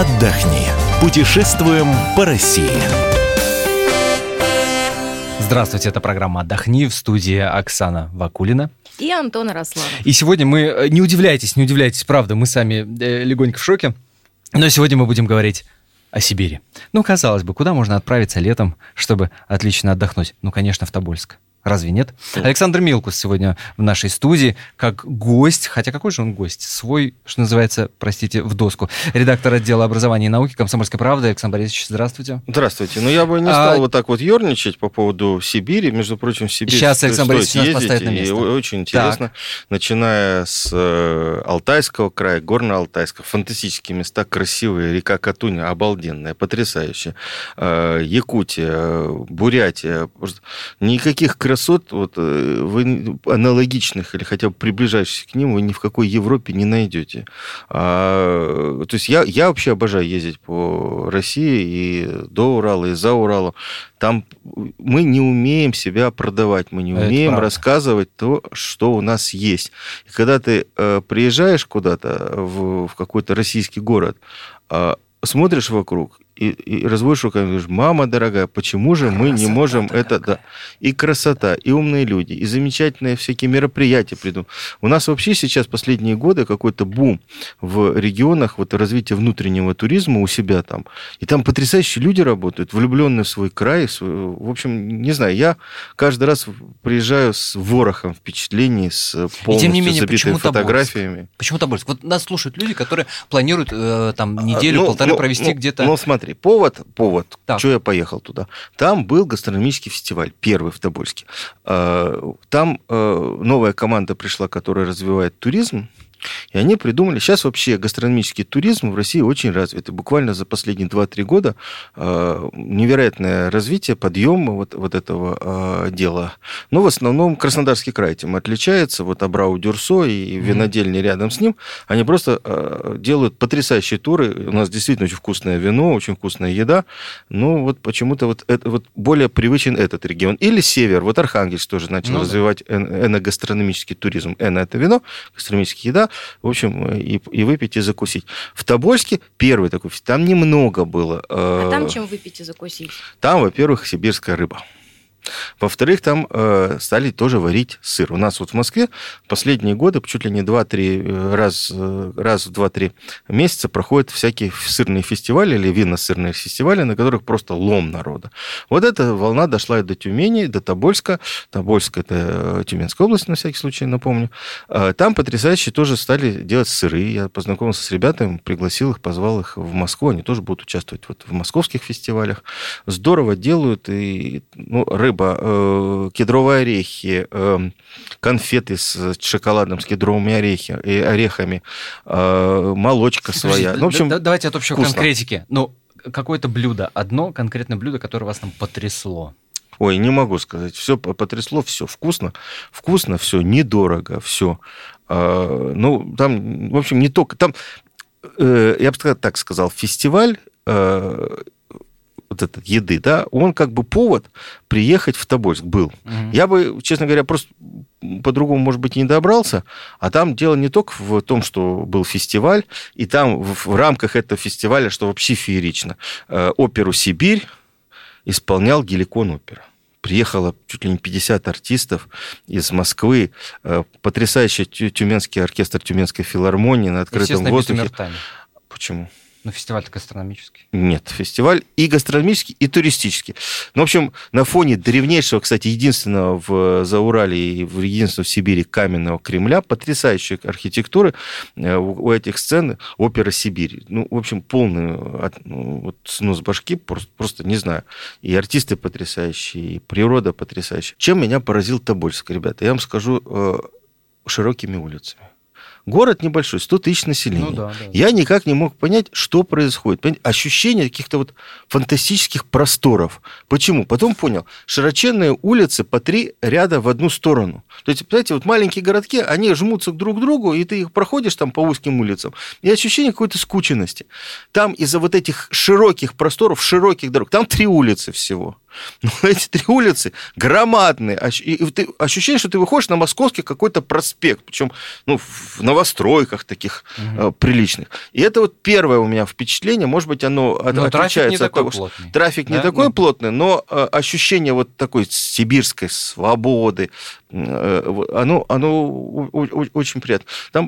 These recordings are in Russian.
отдохни. Путешествуем по России. Здравствуйте, это программа «Отдохни», в студии Оксана Вакулина и Антон Арасланов. И сегодня мы, не удивляйтесь, правда, мы сами легонько в шоке, но сегодня мы будем говорить о Сибири. Казалось бы, куда можно отправиться летом, чтобы отлично отдохнуть? Конечно, в Тобольск. Разве нет? Александр Милкус сегодня в нашей студии как гость, хотя какой же он гость? Свой, что называется, в доску. Редактор отдела образования и науки «Комсомольской правды». Александр Борисович, здравствуйте. Здравствуйте. Я бы не стал вот так вот ерничать по поводу Сибири. Между прочим, в Сибирь сейчас Александр Борисович нас поставит на место. место. Очень интересно. Так. Начиная с Алтайского края, Горно-Алтайска. Фантастические места, красивые. Река Катунь, обалденная, потрясающая. Якутия, Бурятия. Никаких красот вы аналогичных или хотя бы приближающихся к ним вы ни в какой Европе не найдете. То есть я вообще обожаю ездить по России и до Урала, и за Уралом. Там мы не умеем себя продавать, мы не умеем рассказывать то, что у нас есть. И когда ты приезжаешь куда-то в какой-то российский город, смотришь вокруг и разводишь руками, говоришь: мама дорогая, почему же мы не можем это... Да. И красота, и умные люди, и замечательные всякие мероприятия придумать. У нас вообще сейчас последние годы какой-то бум в регионах развития внутреннего туризма у себя там. И там потрясающие люди работают, влюбленные в свой край. В общем, не знаю, я каждый раз приезжаю с ворохом впечатлений, с полностью забитыми фотографиями. Почему Тобольск? Нас слушают люди, которые планируют неделю-полторы провести где-то... Смотри, повод, что я поехал туда. Там был гастрономический фестиваль, первый в Тобольске. Там новая команда пришла, которая развивает туризм. И они придумали... Сейчас вообще гастрономический туризм в России очень развит. И буквально за последние 2-3 года невероятное развитие, подъем вот этого дела. Но в основном Краснодарский край этим отличается. Абрау-Дюрсо и винодельни рядом с ним. Они просто делают потрясающие туры. У нас действительно очень вкусное вино, очень вкусная еда. Но почему-то более привычен этот регион. Или север. Архангельск тоже начал развивать эногастрономический туризм. Эно – это вино, гастрономическая еда. В общем, и выпить, и закусить. В Тобольске первый такой фестиваль. Там немного было. А там чем выпить и закусить? Там, во-первых, сибирская рыба. Во-вторых, там стали тоже варить сыр. У нас в Москве последние годы чуть ли не 2-3 раз в 2-3 месяца проходят всякие сырные фестивали или винно-сырные фестивали, на которых просто лом народа. Эта волна дошла и до Тюмени, до Тобольска. Тобольск – это Тюменская область, на всякий случай напомню. Там потрясающе тоже стали делать сыры. Я познакомился с ребятами, пригласил их, позвал их в Москву. Они тоже будут участвовать в московских фестивалях. Здорово делают. И, рыба, кедровые орехи, конфеты с шоколадом, с кедровыми орехами, молочка своя. Давайте от общей конкретики. Какое-то блюдо, одно конкретное блюдо, которое вас там потрясло. Ой, не могу сказать. Все потрясло, все вкусно, все недорого, все. Там, в общем, не только... Там, я бы так сказал, фестиваль... этот еды, да, он повод приехать в Тобольск был. Я бы, честно говоря, просто по-другому, может быть, не добрался, а там дело не только в том, что был фестиваль, и там в рамках этого фестиваля, что вообще феерично, оперу «Сибирь» исполнял Геликон опера. Приехало чуть ли не 50 артистов из Москвы, потрясающий тюменский оркестр Тюменской филармонии на открытом воздухе. Почему? Фестиваль-то гастрономический. Нет, фестиваль и гастрономический, и туристический. В общем, на фоне древнейшего, кстати, единственного в Зауралье и единственного в Сибири каменного Кремля, потрясающей архитектуры у этих сцен опера «Сибирь». В общем, полный снос башки, просто не знаю. И артисты потрясающие, и природа потрясающая. Чем меня поразил Тобольск, ребята? Я вам скажу, широкими улицами. Город небольшой, 100 тысяч населения. Я никак не мог понять, что происходит. Ощущение каких-то фантастических просторов. Почему? Потом понял. Широченные улицы по 3 ряда в одну сторону. То есть, знаете, маленькие городки, они жмутся друг к другу, и ты их проходишь там по узким улицам, и ощущение какой-то скученности. Там из-за этих широких просторов, широких дорог, там 3 улицы всего. Но эти 3 улицы громадные. И ощущение, что ты выходишь на московский какой-то проспект, причем в новостройках таких приличных. И это вот первое у меня впечатление. Может быть, оно отличается от того, что трафик не такой плотный, но ощущение вот такой сибирской свободы, оно очень приятно. Там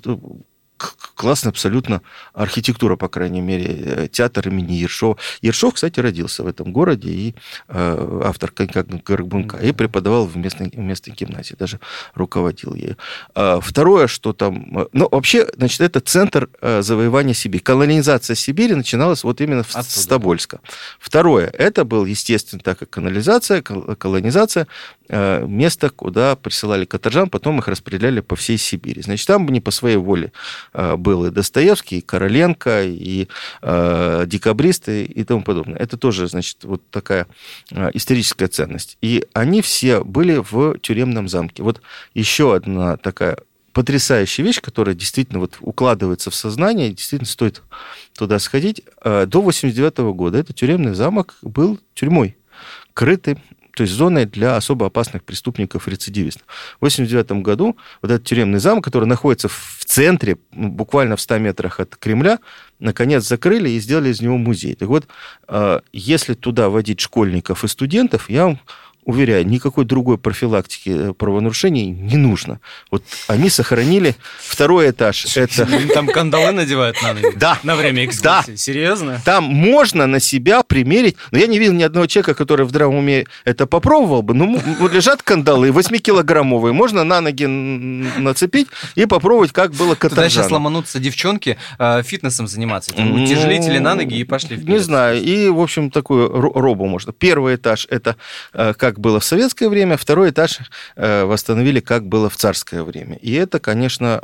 классная абсолютно архитектура, по крайней мере, театр имени Ершова. Ершов, кстати, родился в этом городе, и автор «Конька-Горбунка», и преподавал в местной гимназии, даже руководил ею. Второе, что там... вообще, значит, это центр завоевания Сибири. Колонизация Сибири начиналась вот именно с Тобольска. Второе, это был, естественно, так как колонизация, место, куда присылали каторжан, потом их распределяли по всей Сибири. Значит, там не по своей воле был и Достоевский, и Короленко, и декабристы, и тому подобное. Это тоже, значит, вот такая историческая ценность. И они все были в тюремном замке. Вот еще одна такая потрясающая вещь, которая действительно вот укладывается в сознание, действительно стоит туда сходить. До 1989 года этот тюремный замок был тюрьмой, крытый, то есть зоной для особо опасных преступников-рецидивистов. В 1989 году вот этот тюремный замок, который находится в центре, буквально в 100 метрах от Кремля, наконец закрыли и сделали из него музей. Так вот, если туда водить школьников и студентов, я вам уверяю, никакой другой профилактики правонарушений не нужно. Вот они сохранили второй этаж. Это... Там кандалы надевают на ноги? Да. На время экскурсии? Да. Серьезно? Там можно на себя примерить, но я не видел ни одного человека, который в здравом уме это попробовал бы, но лежат кандалы 8-килограммовые, можно на ноги нацепить и попробовать, как было каторжанам. Туда сейчас ломанутся девчонки фитнесом заниматься, утяжелители на ноги и пошли вперед. Не знаю, и, в общем, такую робу можно. Первый этаж – это как было в советское время, второй этаж восстановили, как было в царское время. И это, конечно,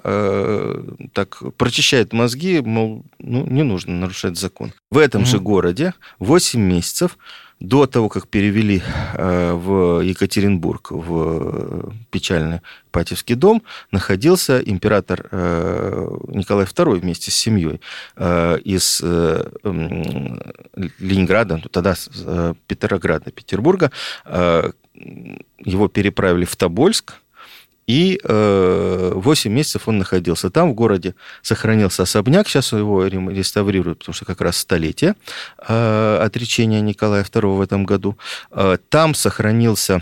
так прочищает мозги, мол, не нужно нарушать закон. В этом же городе 8 месяцев до того, как перевели в Екатеринбург, в печальный Ипатьевский дом, находился император Николай II вместе с семьей из Ленинграда, тогда Петрограда, Петербурга. Его переправили в Тобольск, и 8 месяцев он находился там, в городе сохранился особняк, сейчас его реставрируют, потому что как раз столетие отречения Николая II в этом году. Там сохранился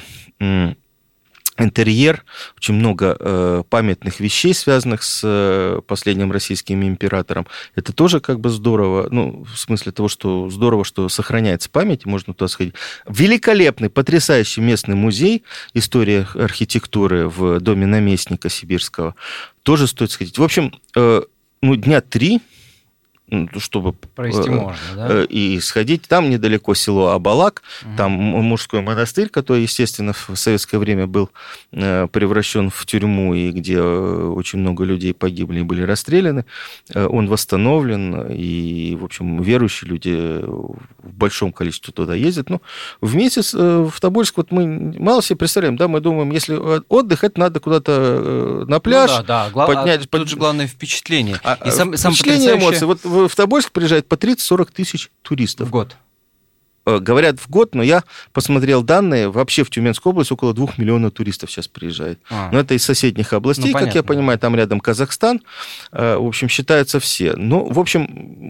интерьер, очень много памятных вещей, связанных с последним российским императором. Это тоже как бы здорово, в смысле того, что здорово, что сохраняется память, можно туда сходить. Великолепный, потрясающий местный музей истории архитектуры в доме наместника сибирского. Тоже стоит сходить. В общем, дня 3, чтобы провести можно, да? И сходить. Там недалеко село Абалак, там мужской монастырь, который, естественно, в советское время был превращен в тюрьму, и где очень много людей погибли и были расстреляны. Он восстановлен, и, в общем, верующие люди в большом количестве туда ездят. В месяц в Тобольск вот мы мало себе представляем, да, мы думаем, если отдыхать, надо куда-то на пляж, поднять... Тут же главное впечатление. И впечатление, эмоции. Вот в Тобольск приезжает по 30-40 тысяч туристов. В год. Говорят, в год, но я посмотрел данные, вообще в Тюменскую область около 2 миллионов туристов сейчас приезжает. Но это из соседних областей, как я понимаю, там рядом Казахстан. В общем, считаются все. В общем,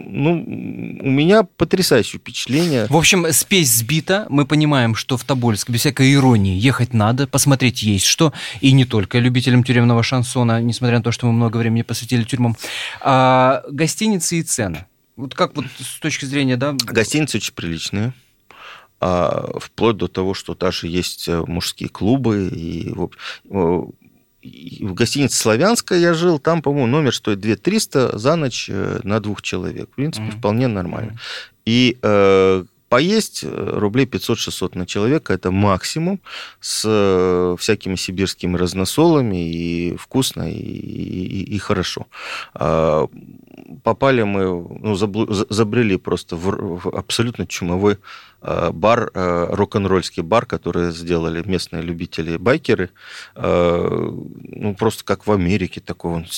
у меня потрясающее впечатление. В общем, спесь сбита. Мы понимаем, что в Тобольск без всякой иронии ехать надо, посмотреть есть что. И не только любителям тюремного шансона, несмотря на то, что мы много времени посвятили тюрьмам. Гостиницы и цены. Вот как вот с точки зрения, да? Гостиницы очень приличные. Вплоть до того, что даже есть мужские клубы. И в гостинице «Славянская» я жил, там, по-моему, номер стоит 2300 за ночь на 2 человек. В принципе, вполне нормально. И поесть рублей 500-600 на человека – это максимум, с всякими сибирскими разносолами, и вкусно, и хорошо. Попали мы, забрели просто в абсолютно чумовой бар, рок-н-ролльский бар, который сделали местные любители-байкеры. Просто как в Америке, такой он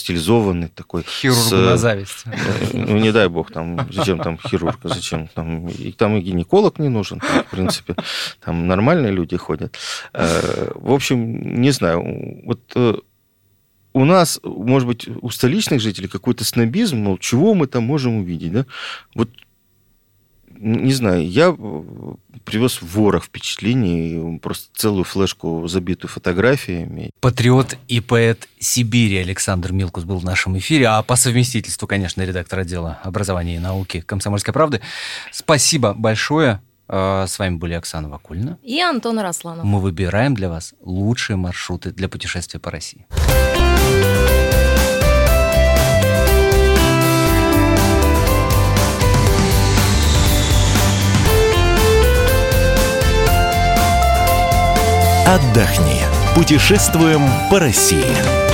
стилизованный. Такой, хирургу на зависть. Не дай бог, зачем там хирург, зачем там И там и гинеколог не нужен, в принципе. Там нормальные люди ходят. В общем, не знаю. Вот у нас, может быть, у столичных жителей какой-то снобизм, мол, чего мы там можем увидеть, да? Вот, не знаю, я привез ворох впечатлений, просто целую флешку, забитую фотографиями. Патриот и поэт Сибири Александр Милкус был в нашем эфире, а по совместительству, конечно, редактор отдела образования и науки «Комсомольской правды». Спасибо большое. С вами были Оксана Вакулина и Антон Арасланов. Мы выбираем для вас лучшие маршруты для путешествия по России. Отдохни. Путешествуем по России.